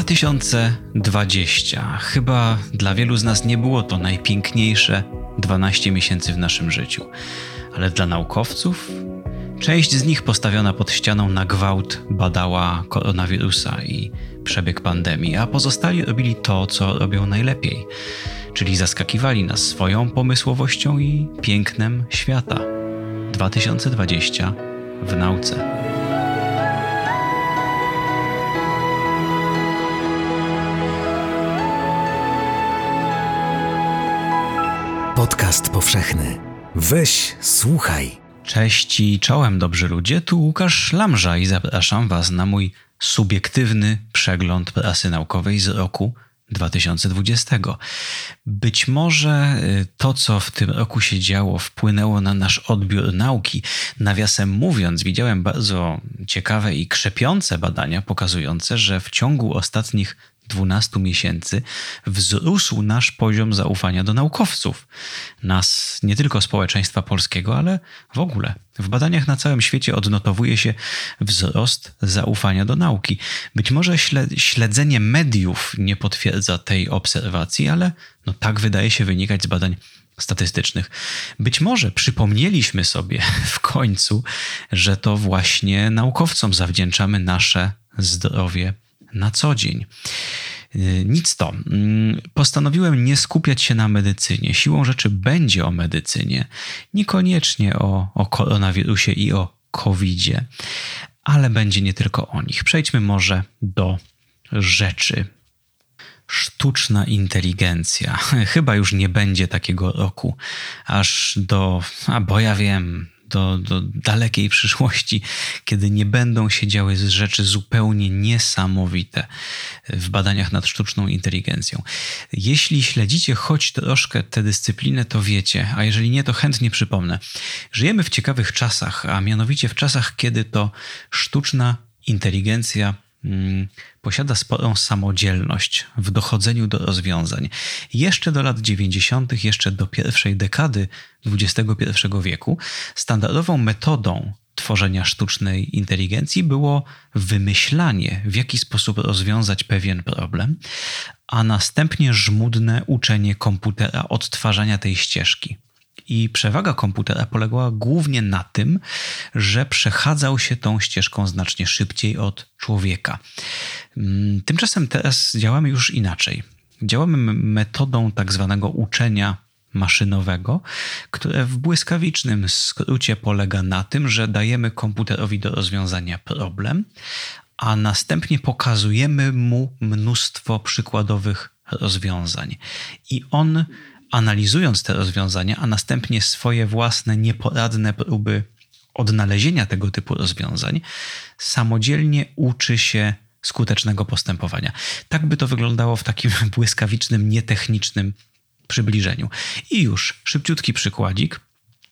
2020. Chyba dla wielu z nas nie było to najpiękniejsze 12 miesięcy w naszym życiu. Ale dla naukowców część z nich postawiona pod ścianą na gwałt badała koronawirusa i przebieg pandemii, a pozostali robili to, co robią najlepiej, czyli zaskakiwali nas swoją pomysłowością i pięknem świata. 2020 w nauce. Podcast powszechny. Weź, słuchaj. Cześć i czołem, dobrzy ludzie, tu Łukasz Szlamża i zapraszam Was na mój subiektywny przegląd prasy naukowej z roku 2020. Być może to, co w tym roku się działo, wpłynęło na nasz odbiór nauki. Nawiasem mówiąc, widziałem bardzo ciekawe i krzepiące badania pokazujące, że w ciągu ostatnich 12 miesięcy wzrósł nasz poziom zaufania do naukowców. Nas, nie tylko społeczeństwa polskiego, ale w ogóle. W badaniach na całym świecie odnotowuje się wzrost zaufania do nauki. Być może śledzenie mediów nie potwierdza tej obserwacji, ale tak wydaje się wynikać z badań statystycznych. Być może przypomnieliśmy sobie w końcu, że to właśnie naukowcom zawdzięczamy nasze zdrowie na co dzień. Nic to. Postanowiłem nie skupiać się na medycynie. Siłą rzeczy będzie o medycynie. Niekoniecznie o koronawirusie i o COVID-zie, ale będzie nie tylko o nich. Przejdźmy może do rzeczy. Sztuczna inteligencja. Chyba już nie będzie takiego roku. Aż do dalekiej przyszłości, kiedy nie będą się działy rzeczy zupełnie niesamowite w badaniach nad sztuczną inteligencją. Jeśli śledzicie choć troszkę tę dyscyplinę, to wiecie, a jeżeli nie, to chętnie przypomnę. Żyjemy w ciekawych czasach, a mianowicie w czasach, kiedy to sztuczna inteligencja posiada sporą samodzielność w dochodzeniu do rozwiązań. Jeszcze do lat 90., jeszcze do pierwszej dekady XXI wieku standardową metodą tworzenia sztucznej inteligencji było wymyślanie, w jaki sposób rozwiązać pewien problem, a następnie żmudne uczenie komputera odtwarzania tej ścieżki. I przewaga komputera polegała głównie na tym, że przechadzał się tą ścieżką znacznie szybciej od człowieka. Tymczasem teraz działamy już inaczej. Działamy metodą tak zwanego uczenia maszynowego, które w błyskawicznym skrócie polega na tym, że dajemy komputerowi do rozwiązania problem, a następnie pokazujemy mu mnóstwo przykładowych rozwiązań. I on, analizując te rozwiązania, a następnie swoje własne nieporadne próby odnalezienia tego typu rozwiązań, samodzielnie uczy się skutecznego postępowania. Tak by to wyglądało w takim błyskawicznym, nietechnicznym przybliżeniu. I już szybciutki przykładzik,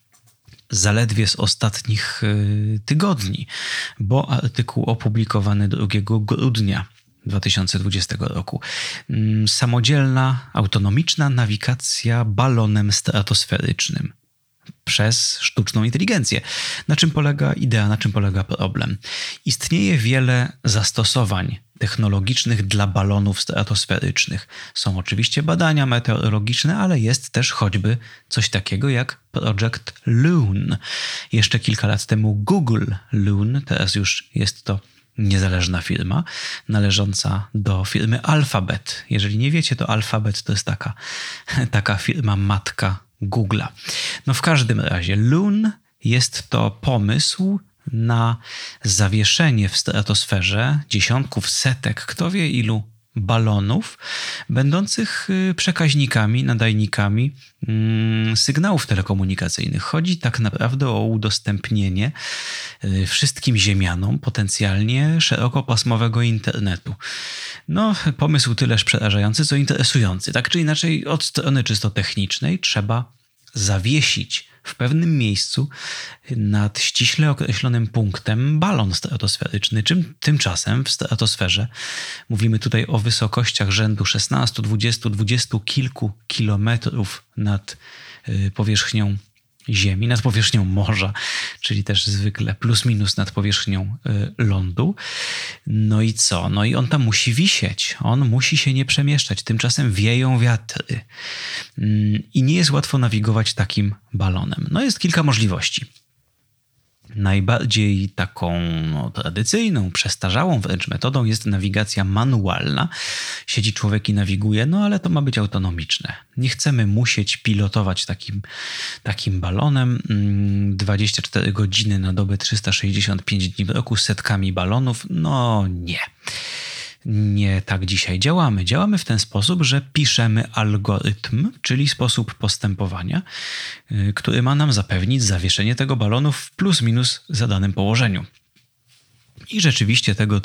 zaledwie z ostatnich tygodni, bo artykuł opublikowany 2 grudnia 2020 roku. Samodzielna, autonomiczna nawigacja balonem stratosferycznym przez sztuczną inteligencję. Na czym polega idea, na czym polega problem? Istnieje wiele zastosowań technologicznych dla balonów stratosferycznych. Są oczywiście badania meteorologiczne, ale jest też choćby coś takiego jak Project Loon. Jeszcze kilka lat temu Google Loon, teraz już jest to niezależna firma należąca do firmy Alphabet. Jeżeli nie wiecie, to Alphabet to jest taka firma matka Google'a. W każdym razie Loon jest to pomysł na zawieszenie w stratosferze dziesiątków, setek, kto wie ilu balonów, będących przekaźnikami, nadajnikami sygnałów telekomunikacyjnych. Chodzi tak naprawdę o udostępnienie wszystkim ziemianom potencjalnie szerokopasmowego internetu. Pomysł tyleż przerażający, co interesujący. Tak czy inaczej, od strony czysto technicznej trzeba zawiesić w pewnym miejscu nad ściśle określonym punktem balon stratosferyczny. Tymczasem w stratosferze, mówimy tutaj o wysokościach rzędu 16, 20, 20 kilku kilometrów nad powierzchnią Ziemi, nad powierzchnią morza, czyli też zwykle plus minus nad powierzchnią lądu. No i co? No i on tam musi wisieć. On musi się nie przemieszczać. Tymczasem wieją wiatry. I nie jest łatwo nawigować takim balonem. No jest kilka możliwości. Najbardziej taką tradycyjną, przestarzałą wręcz metodą jest nawigacja manualna. Siedzi człowiek i nawiguje, no ale to ma być autonomiczne. Nie chcemy musieć pilotować takim balonem 24 godziny na dobę, 365 dni w roku z setkami balonów. No nie. Nie tak dzisiaj działamy. Działamy w ten sposób, że piszemy algorytm, czyli sposób postępowania, który ma nam zapewnić zawieszenie tego balonu w plus minus zadanym położeniu. I rzeczywiście tego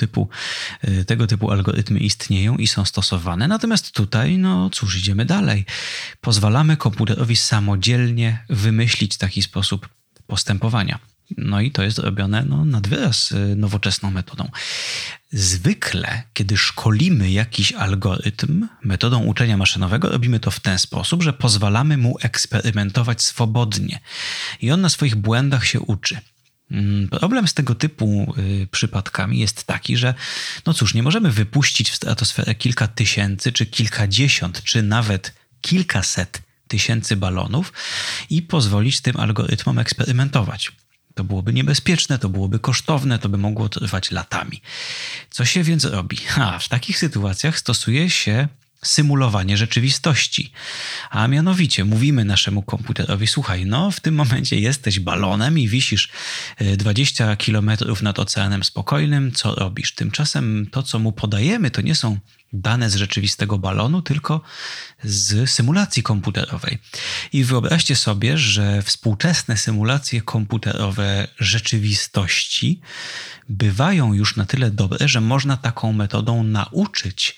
typu algorytmy istnieją i są stosowane. Natomiast tutaj, no cóż, idziemy dalej. Pozwalamy komputerowi samodzielnie wymyślić taki sposób postępowania. No i to jest robione nad wyraz nowoczesną metodą. Zwykle, kiedy szkolimy jakiś algorytm metodą uczenia maszynowego, robimy to w ten sposób, że pozwalamy mu eksperymentować swobodnie. I on na swoich błędach się uczy. Problem z tego typu przypadkami jest taki, że no cóż, nie możemy wypuścić w stratosferę kilka tysięcy, czy kilkadziesiąt, czy nawet kilkaset tysięcy balonów i pozwolić tym algorytmom eksperymentować. To byłoby niebezpieczne, to byłoby kosztowne, to by mogło trwać latami. Co się więc robi? W takich sytuacjach stosuje się symulowanie rzeczywistości. A mianowicie mówimy naszemu komputerowi: słuchaj, w tym momencie jesteś balonem i wisisz 20 kilometrów nad Oceanem Spokojnym, co robisz? Tymczasem to, co mu podajemy, to nie są dane z rzeczywistego balonu, tylko z symulacji komputerowej. I wyobraźcie sobie, że współczesne symulacje komputerowe rzeczywistości bywają już na tyle dobre, że można taką metodą nauczyć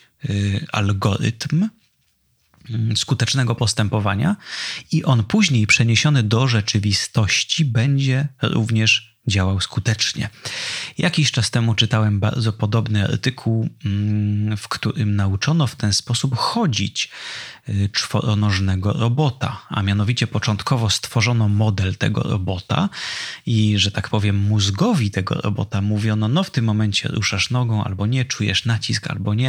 algorytm skutecznego postępowania i on później przeniesiony do rzeczywistości będzie również działał skutecznie. Jakiś czas temu czytałem bardzo podobny artykuł, w którym nauczono w ten sposób chodzić czworonożnego robota, a mianowicie początkowo stworzono model tego robota i, że tak powiem, mózgowi tego robota mówiono: w tym momencie ruszasz nogą, albo nie, czujesz nacisk, albo nie.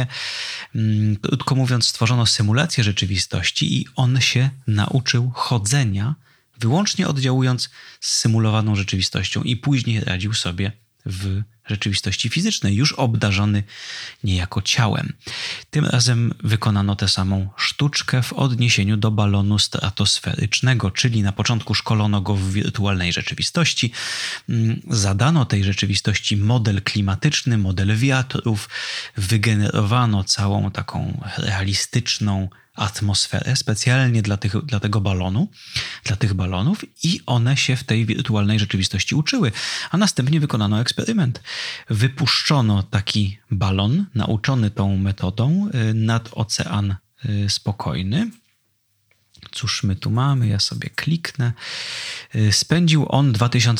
Krótko mówiąc, stworzono symulację rzeczywistości i on się nauczył chodzenia, wyłącznie oddziałując z symulowaną rzeczywistością i później radził sobie w rzeczywistości fizycznej, już obdarzony niejako ciałem. Tym razem wykonano tę samą sztuczkę w odniesieniu do balonu stratosferycznego, czyli na początku szkolono go w wirtualnej rzeczywistości, zadano tej rzeczywistości model klimatyczny, model wiatrów, wygenerowano całą taką realistyczną atmosferę specjalnie dla tych balonów i one się w tej wirtualnej rzeczywistości uczyły. A następnie wykonano eksperyment. Wypuszczono taki balon nauczony tą metodą nad Ocean Spokojny. Cóż my tu mamy? Ja sobie kliknę. Spędził on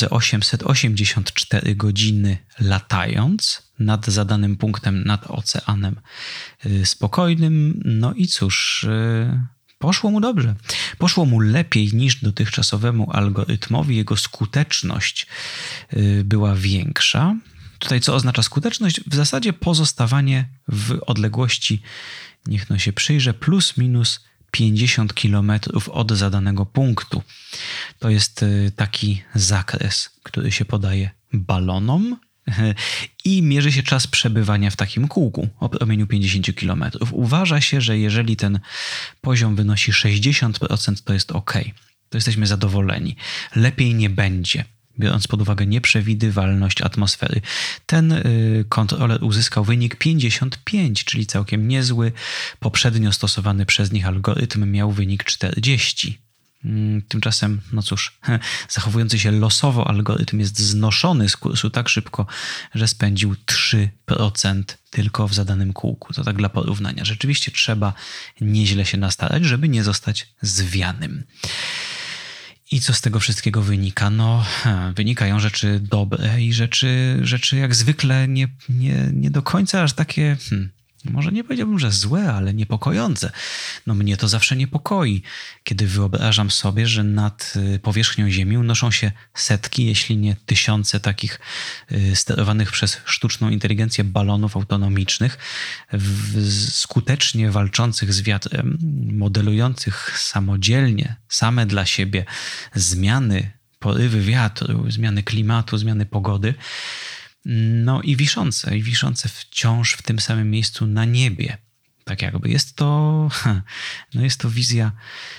2884 godziny latając nad zadanym punktem, nad Oceanem Spokojnym. No i cóż, poszło mu dobrze. Poszło mu lepiej niż dotychczasowemu algorytmowi. Jego skuteczność była większa. Tutaj co oznacza skuteczność? W zasadzie pozostawanie w odległości, niech no się przyjrzę, plus minus 50 km od zadanego punktu. To jest taki zakres, który się podaje balonom i mierzy się czas przebywania w takim kółku o promieniu 50 km. Uważa się, że jeżeli ten poziom wynosi 60%, to jest ok. To jesteśmy zadowoleni. Lepiej nie będzie, biorąc pod uwagę nieprzewidywalność atmosfery. Ten kontroler uzyskał wynik 55, czyli całkiem niezły. Poprzednio stosowany przez nich algorytm miał wynik 40. Tymczasem, no cóż, zachowujący się losowo algorytm jest znoszony z kursu tak szybko, że spędził 3% tylko w zadanym kółku. To tak dla porównania. Rzeczywiście trzeba nieźle się nastarać, żeby nie zostać zwianym. I co z tego wszystkiego wynika? Wynikają rzeczy dobre i rzeczy jak zwykle nie do końca aż takie może nie powiedziałbym, że złe, ale niepokojące. No mnie to zawsze niepokoi, kiedy wyobrażam sobie, że nad powierzchnią Ziemi unoszą się setki, jeśli nie tysiące takich sterowanych przez sztuczną inteligencję balonów autonomicznych, skutecznie walczących z wiatrem, modelujących samodzielnie, same dla siebie zmiany, porywy wiatru, zmiany klimatu, zmiany pogody. No i wiszące wciąż w tym samym miejscu na niebie. Tak jakby jest to wizja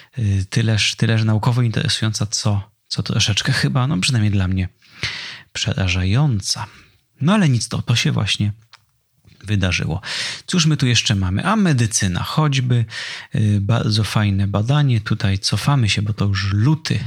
tyleż naukowo interesująca, co troszeczkę chyba, no przynajmniej dla mnie, przerażająca. No ale nic, to się właśnie wydarzyło. Cóż my tu jeszcze mamy? A medycyna, choćby bardzo fajne badanie. Tutaj cofamy się, bo to już luty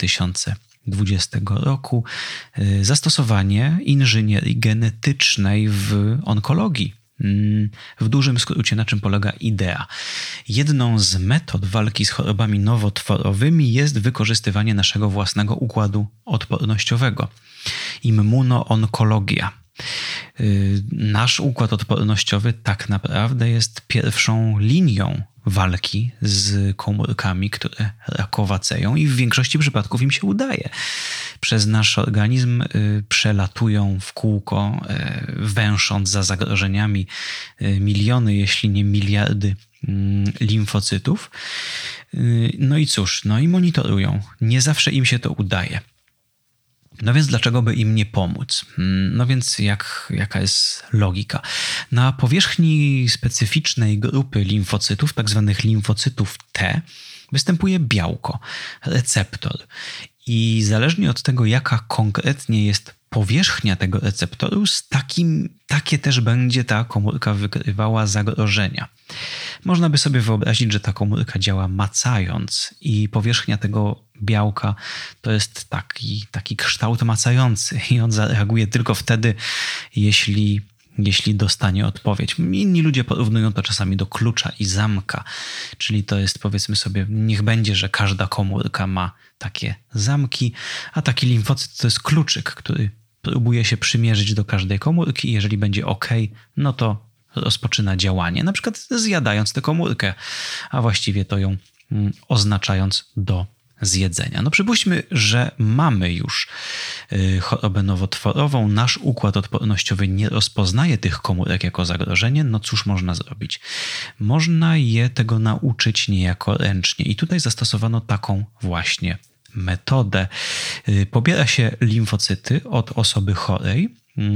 2020 roku. Zastosowanie inżynierii genetycznej w onkologii. W dużym skrócie, na czym polega idea? Jedną z metod walki z chorobami nowotworowymi jest wykorzystywanie naszego własnego układu odpornościowego. Immunoonkologia. Nasz układ odpornościowy tak naprawdę jest pierwszą linią walki z komórkami, które rakowaceją i w większości przypadków im się udaje. Przez nasz organizm przelatują w kółko, węsząc za zagrożeniami miliony, jeśli nie miliardy limfocytów. No i cóż, no i monitorują. Nie zawsze im się to udaje. No więc dlaczego by im nie pomóc? No więc jaka jest logika? Na powierzchni specyficznej grupy limfocytów, tak zwanych limfocytów T, występuje białko, receptor. I zależnie od tego, jaka konkretnie jest powierzchnia tego receptoru, takie też będzie ta komórka wykrywała zagrożenia. Można by sobie wyobrazić, że ta komórka działa macając i powierzchnia tego białka to jest taki kształt macający i on zareaguje tylko wtedy, jeśli dostanie odpowiedź. Inni ludzie porównują to czasami do klucza i zamka, czyli to jest, powiedzmy sobie, niech będzie, że każda komórka ma takie zamki, a taki limfocyt to jest kluczyk, który próbuje się przymierzyć do każdej komórki i jeżeli będzie OK, no to rozpoczyna działanie, na przykład zjadając tę komórkę, a właściwie to ją oznaczając do zjedzenia. No przypuśćmy, że mamy już chorobę nowotworową, nasz układ odpornościowy nie rozpoznaje tych komórek jako zagrożenie, no cóż można zrobić? Można je tego nauczyć niejako ręcznie i tutaj zastosowano taką właśnie metodę. Pobiera się limfocyty od osoby chorej,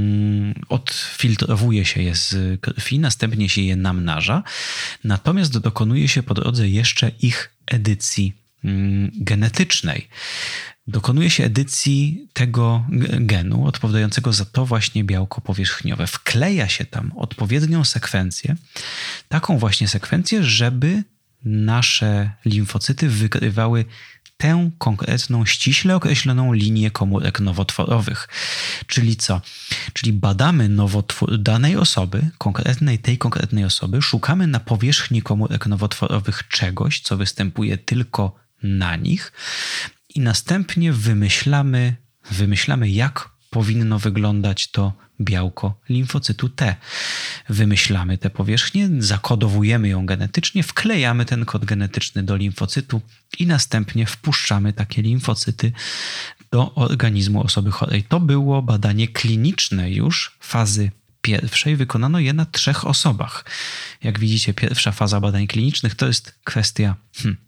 odfiltrowuje się je z krwi, następnie się je namnaża, natomiast dokonuje się po drodze jeszcze ich edycji genetycznej. Dokonuje się edycji tego genu odpowiadającego za to właśnie białko powierzchniowe. Wkleja się tam odpowiednią sekwencję, taką właśnie sekwencję, żeby nasze limfocyty wykrywały tę konkretną, ściśle określoną linię komórek nowotworowych. Czyli co? Czyli badamy nowotwór danej osoby, tej konkretnej osoby, szukamy na powierzchni komórek nowotworowych czegoś, co występuje tylko na nich i następnie wymyślamy, jak powinno wyglądać to białko limfocytu T. Wymyślamy tę powierzchnię, zakodowujemy ją genetycznie, wklejamy ten kod genetyczny do limfocytu i następnie wpuszczamy takie limfocyty do organizmu osoby chorej. To było badanie kliniczne już fazy pierwszej. Wykonano je na 3 osobach. Jak widzicie, pierwsza faza badań klinicznych to jest kwestia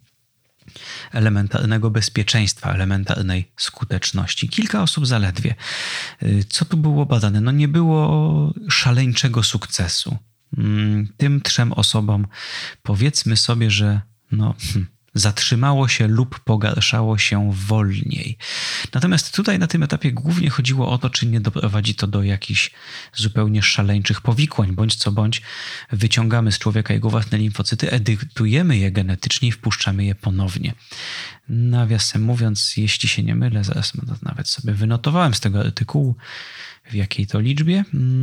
elementarnego bezpieczeństwa, elementarnej skuteczności. Kilka osób zaledwie. Co tu było badane? No nie było szaleńczego sukcesu. Tym 3 osobom powiedzmy sobie, że zatrzymało się lub pogarszało się wolniej. Natomiast tutaj na tym etapie głównie chodziło o to, czy nie doprowadzi to do jakichś zupełnie szaleńczych powikłań. Bądź co bądź wyciągamy z człowieka jego własne limfocyty, edytujemy je genetycznie i wpuszczamy je ponownie. Nawiasem mówiąc, jeśli się nie mylę, zaraz nawet sobie wynotowałem z tego artykułu, w jakiej to liczbie?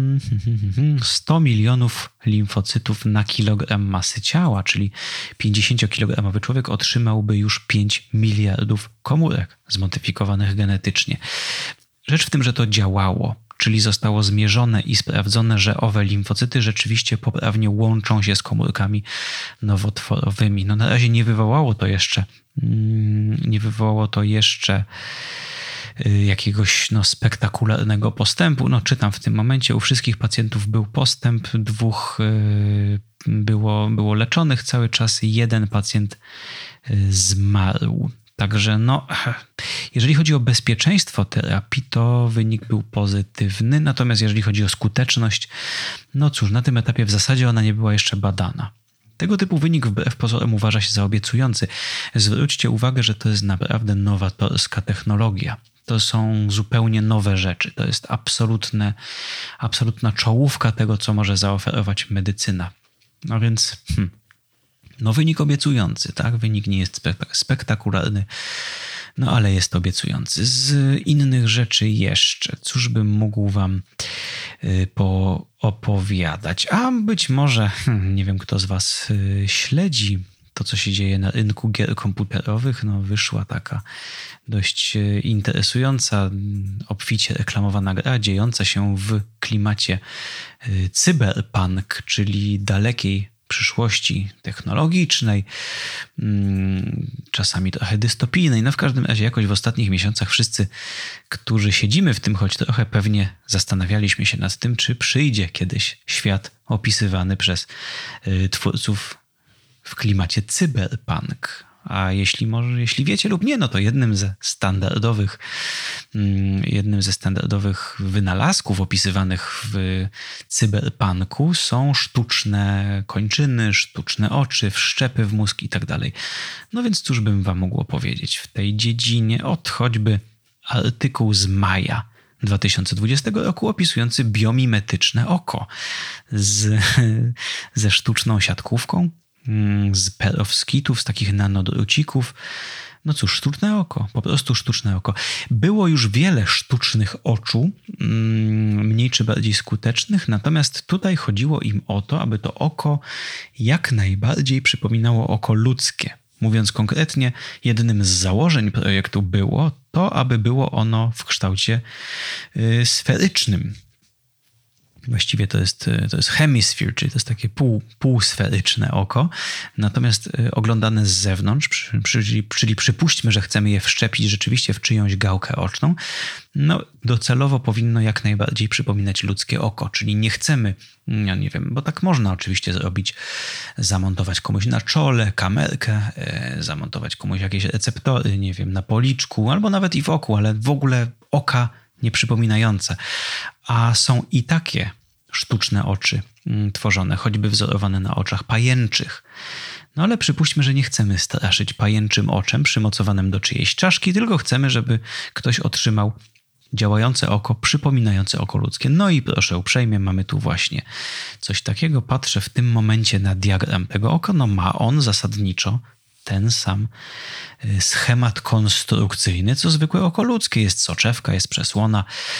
100 milionów limfocytów na kilogram masy ciała, czyli 50-kilogramowy człowiek otrzymałby już 5 miliardów komórek zmodyfikowanych genetycznie. Rzecz w tym, że to działało. czyli zostało zmierzone i sprawdzone, że owe limfocyty rzeczywiście poprawnie łączą się z komórkami nowotworowymi. No na razie nie wywołało to jeszcze jakiegoś spektakularnego postępu. Czytam w tym momencie, u wszystkich pacjentów był postęp, 2 było leczonych cały czas, 1 pacjent zmarł. Także jeżeli chodzi o bezpieczeństwo terapii, to wynik był pozytywny, natomiast jeżeli chodzi o skuteczność, cóż, na tym etapie w zasadzie ona nie była jeszcze badana. Tego typu wynik wbrew pozorom uważa się za obiecujący. Zwróćcie uwagę, że to jest naprawdę nowatorska technologia. To są zupełnie nowe rzeczy. To jest absolutna czołówka tego, co może zaoferować medycyna. No więc wynik obiecujący, tak? Wynik nie jest spektakularny, ale jest obiecujący. Z innych rzeczy jeszcze, cóż bym mógł wam opowiadać? A być może, nie wiem kto z was śledzi to, co się dzieje na rynku gier komputerowych. Wyszła taka dość interesująca, obficie reklamowana gra, dziejąca się w klimacie cyberpunk, czyli dalekiej przyszłości technologicznej, czasami trochę dystopijnej. W każdym razie jakoś w ostatnich miesiącach wszyscy, którzy siedzimy w tym choć trochę, pewnie zastanawialiśmy się nad tym, czy przyjdzie kiedyś świat opisywany przez twórców w klimacie cyberpunk. A jeśli wiecie lub nie, to jednym ze standardowych wynalazków opisywanych w cyberpunku są sztuczne kończyny, sztuczne oczy, wszczepy w mózg i tak dalej. Więc cóż bym wam mógł opowiedzieć w tej dziedzinie? Choćby artykuł z maja 2020 roku opisujący biomimetyczne oko ze sztuczną siatkówką, z perowskitów, z takich nanodrucików. Cóż, sztuczne oko, po prostu sztuczne oko. Było już wiele sztucznych oczu, mniej czy bardziej skutecznych, natomiast tutaj chodziło im o to, aby to oko jak najbardziej przypominało oko ludzkie. Mówiąc konkretnie, jednym z założeń projektu było to, aby było ono w kształcie sferycznym. Właściwie to jest hemisphere, czyli to jest takie półsferyczne oko, natomiast oglądane z zewnątrz, czyli przypuśćmy, że chcemy je wszczepić rzeczywiście w czyjąś gałkę oczną, docelowo powinno jak najbardziej przypominać ludzkie oko, czyli nie chcemy, nie wiem, bo tak można oczywiście zrobić, zamontować komuś na czole kamerkę, zamontować komuś jakieś receptory, nie wiem, na policzku, albo nawet i w oku, ale w ogóle oka nieprzypominające. A są i takie sztuczne oczy tworzone, choćby wzorowane na oczach pajęczych. Ale przypuśćmy, że nie chcemy straszyć pajęczym oczem przymocowanym do czyjejś czaszki, tylko chcemy, żeby ktoś otrzymał działające oko przypominające oko ludzkie. I proszę uprzejmie, mamy tu właśnie coś takiego. Patrzę w tym momencie na diagram tego oka. Ma on zasadniczo ten sam schemat konstrukcyjny, co zwykłe oko ludzkie. Jest soczewka, jest przesłona,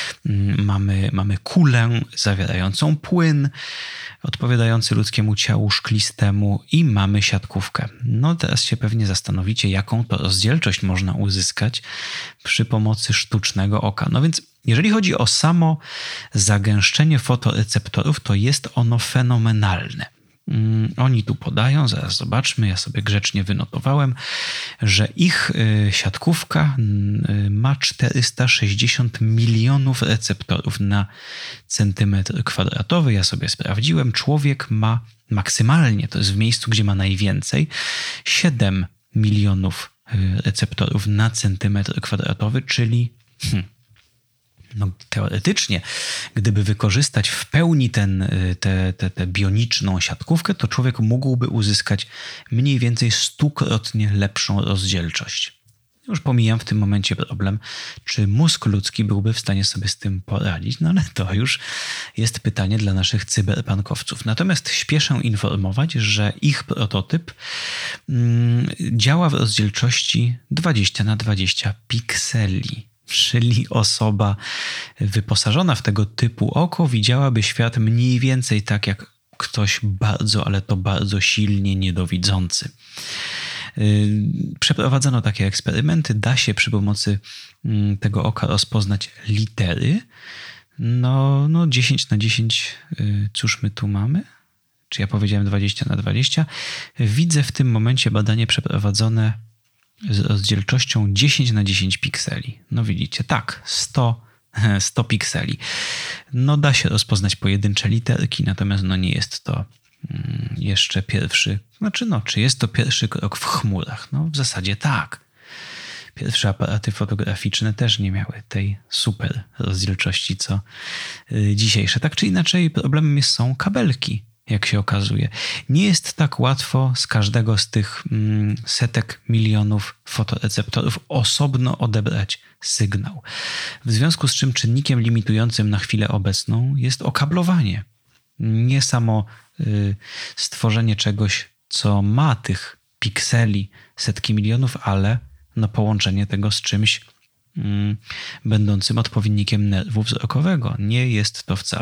mamy kulę zawierającą płyn odpowiadający ludzkiemu ciału szklistemu i mamy siatkówkę. Teraz się pewnie zastanowicie, jaką to rozdzielczość można uzyskać przy pomocy sztucznego oka. Więc jeżeli chodzi o samo zagęszczenie fotoreceptorów, to jest ono fenomenalne. Oni tu podają, zaraz zobaczmy, ja sobie grzecznie wynotowałem, że ich siatkówka ma 460 milionów receptorów na centymetr kwadratowy. Ja sobie sprawdziłem, człowiek ma maksymalnie, to jest w miejscu, gdzie ma najwięcej, 7 milionów receptorów na centymetr kwadratowy, czyli teoretycznie, gdyby wykorzystać w pełni tę bioniczną siatkówkę, to człowiek mógłby uzyskać mniej więcej 100-krotnie lepszą rozdzielczość. Już pomijam w tym momencie problem, czy mózg ludzki byłby w stanie sobie z tym poradzić, ale to już jest pytanie dla naszych cyberpunkowców. Natomiast śpieszę informować, że ich prototyp działa w rozdzielczości 20x20 pikseli. Czyli osoba wyposażona w tego typu oko widziałaby świat mniej więcej tak jak ktoś bardzo, ale to bardzo silnie niedowidzący. Przeprowadzono takie eksperymenty. Da się przy pomocy tego oka rozpoznać litery No 10 na 10, cóż my tu mamy? Czy ja powiedziałem 20 na 20? Widzę w tym momencie badanie przeprowadzone z rozdzielczością 10 na 10 pikseli. No widzicie, tak, 100 pikseli. No da się rozpoznać pojedyncze literki, natomiast no nie jest to jeszcze pierwszy, czy jest to pierwszy krok w chmurach? No w zasadzie tak. Pierwsze aparaty fotograficzne też nie miały tej super rozdzielczości co dzisiejsze. Tak czy inaczej problemem są kabelki, jak się okazuje. Nie jest tak łatwo z każdego z tych setek milionów fotoreceptorów osobno odebrać sygnał. W związku z czym czynnikiem limitującym na chwilę obecną jest okablowanie. Nie samo stworzenie czegoś, co ma tych pikseli setki milionów, ale połączenie tego z czymś będącym odpowiednikiem nerwu wzrokowego. Nie jest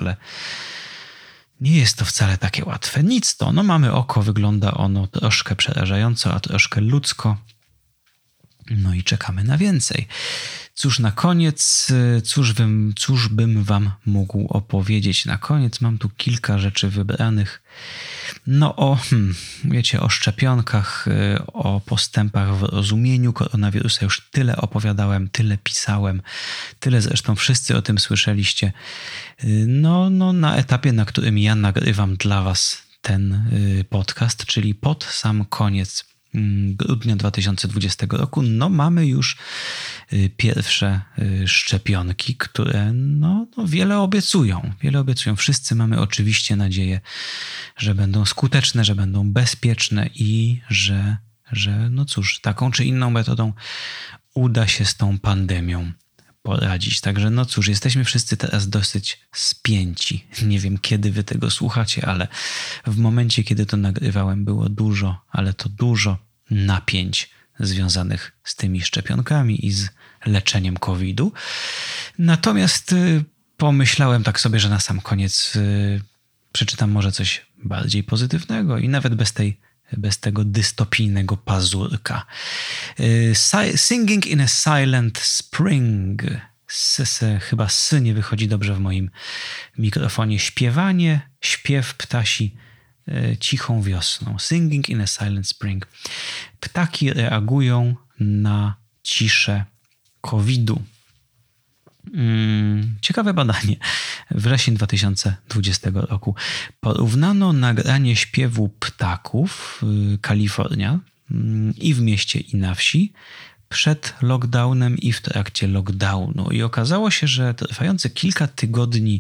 to wcale takie łatwe. Nic to. Mamy oko, wygląda ono troszkę przerażająco, a troszkę ludzko. No i czekamy na więcej. Cóż na koniec, cóż bym wam mógł opowiedzieć na koniec? Mam tu kilka rzeczy wybranych. O szczepionkach, o postępach w rozumieniu koronawirusa już tyle opowiadałem, tyle pisałem, tyle zresztą wszyscy o tym słyszeliście. Na etapie, na którym ja nagrywam dla was ten podcast, czyli pod sam koniec grudnia 2020 roku, mamy już pierwsze szczepionki, które wiele obiecują. Wszyscy mamy oczywiście nadzieję, że będą skuteczne, że będą bezpieczne i że taką czy inną metodą uda się z tą pandemią poradzić. Także jesteśmy wszyscy teraz dosyć spięci. Nie wiem, kiedy wy tego słuchacie, ale w momencie, kiedy to nagrywałem, było dużo napięć związanych z tymi szczepionkami i z leczeniem COVID-u. Natomiast pomyślałem tak sobie, że na sam koniec przeczytam może coś bardziej pozytywnego i nawet bez tego dystopijnego pazurka. Singing in a Silent Spring. Chyba nie wychodzi dobrze w moim mikrofonie. Śpiew ptasi cichą wiosną. Singing in a Silent Spring. Ptaki reagują na ciszę COVID-u. Ciekawe badanie. Wrzesień 2020 roku. Porównano nagranie śpiewu ptaków Kalifornia i w mieście, i na wsi przed lockdownem i w trakcie lockdownu. I okazało się, że trwający kilka tygodni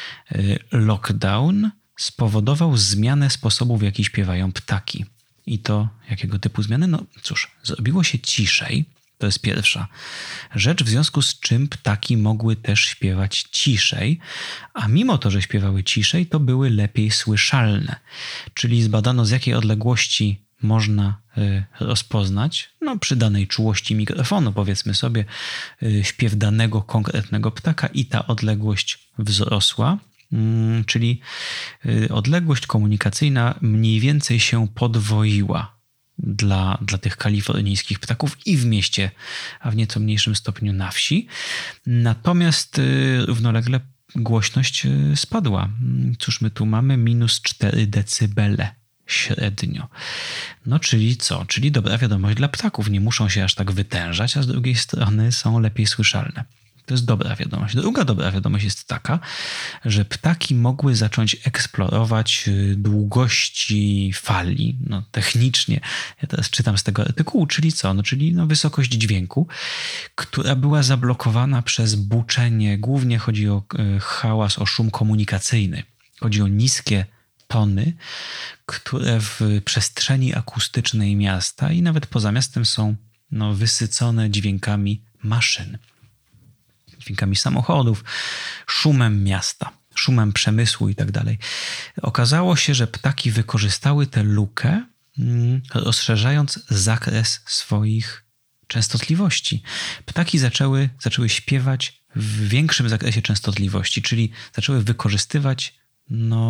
lockdown spowodował zmianę sposobu, w jaki śpiewają ptaki. I to jakiego typu zmiany? Zrobiło się ciszej. To jest pierwsza rzecz, w związku z czym ptaki mogły też śpiewać ciszej, a mimo to, że śpiewały ciszej, to były lepiej słyszalne. Czyli zbadano, z jakiej odległości można rozpoznać, przy danej czułości mikrofonu, powiedzmy sobie, śpiew danego konkretnego ptaka i ta odległość wzrosła. Czyli odległość komunikacyjna mniej więcej się podwoiła dla tych kalifornijskich ptaków i w mieście, a w nieco mniejszym stopniu na wsi. Natomiast równolegle głośność spadła. Cóż my tu mamy? -4 decybele średnio. Czyli co? Czyli dobra wiadomość dla ptaków. Nie muszą się aż tak wytężać, a z drugiej strony są lepiej słyszalne. To jest dobra wiadomość. Druga dobra wiadomość jest taka, że ptaki mogły zacząć eksplorować długości fali. Technicznie, ja teraz czytam z tego artykułu, czyli co? Czyli wysokość dźwięku, która była zablokowana przez buczenie. Głównie chodzi o hałas, o szum komunikacyjny. Chodzi o niskie tony, które w przestrzeni akustycznej miasta i nawet poza miastem są wysycone dźwiękami maszyn. Dźwiękami samochodów, szumem miasta, szumem przemysłu i tak dalej. Okazało się, że ptaki wykorzystały tę lukę, rozszerzając zakres swoich częstotliwości. Ptaki zaczęły śpiewać w większym zakresie częstotliwości, czyli zaczęły wykorzystywać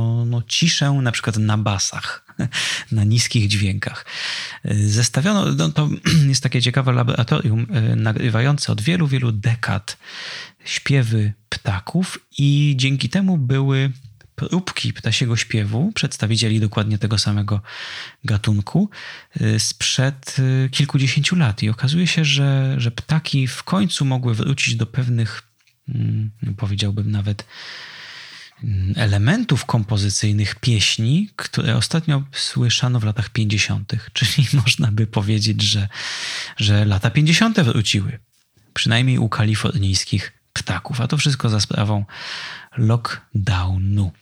ciszę na przykład na basach, na niskich dźwiękach. Zestawiono, to jest takie ciekawe laboratorium nagrywające od wielu, wielu dekad śpiewy ptaków i dzięki temu były próbki ptasiego śpiewu przedstawicieli dokładnie tego samego gatunku sprzed kilkudziesięciu lat. I okazuje się, że ptaki w końcu mogły wrócić do pewnych, powiedziałbym nawet, elementów kompozycyjnych pieśni, które ostatnio słyszano w latach 50. Czyli można by powiedzieć, że lata 50. wróciły. Przynajmniej u kalifornijskich ptaków. A to wszystko za sprawą lockdownu.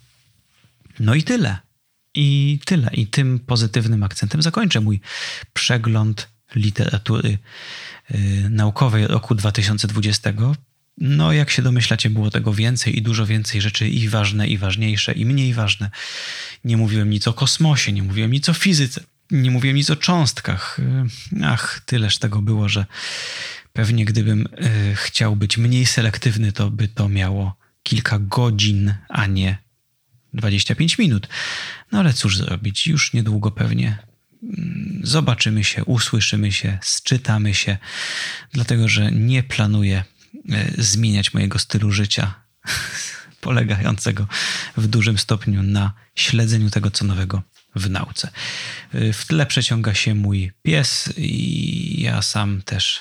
No i tyle. I tym pozytywnym akcentem zakończę mój przegląd literatury naukowej roku 2020. No, jak się domyślacie, było tego więcej i dużo więcej rzeczy i ważne, i ważniejsze, i mniej ważne. Nie mówiłem nic o kosmosie, nie mówiłem nic o fizyce, nie mówiłem nic o cząstkach. Tyleż tego było, że pewnie gdybym chciał być mniej selektywny, to by to miało kilka godzin, a nie 25 minut. No ale cóż zrobić, już niedługo pewnie zobaczymy się, usłyszymy się, sczytamy się, dlatego że nie planuję zmieniać mojego stylu życia polegającego w dużym stopniu na śledzeniu tego, co nowego w nauce. W tle przeciąga się mój pies i ja sam też.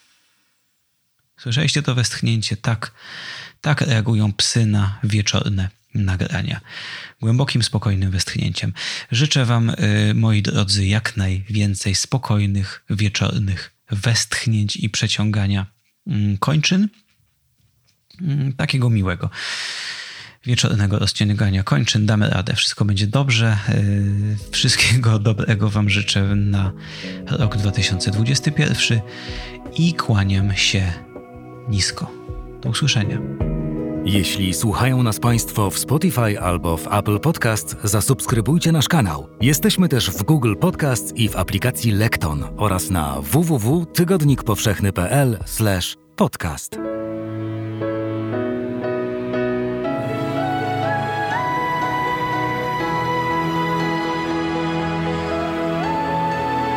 Słyszeliście to westchnięcie? Tak reagują psy na wieczorne nagrania. Głębokim, spokojnym westchnięciem. Życzę wam, moi drodzy, jak najwięcej spokojnych, wieczornych westchnięć i przeciągania kończyn. Takiego miłego wieczornego rozciągania kończyn. Damy radę. Wszystko będzie dobrze. Wszystkiego dobrego wam życzę na rok 2021 i kłaniam się nisko. Do usłyszenia. Jeśli słuchają nas Państwo w Spotify albo w Apple Podcast, zasubskrybujcie nasz kanał. Jesteśmy też w Google Podcast i w aplikacji Lekton oraz na www.tygodnikpowszechny.pl/podcast.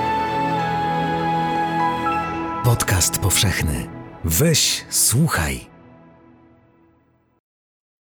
Podcast powszechny. Weź, słuchaj.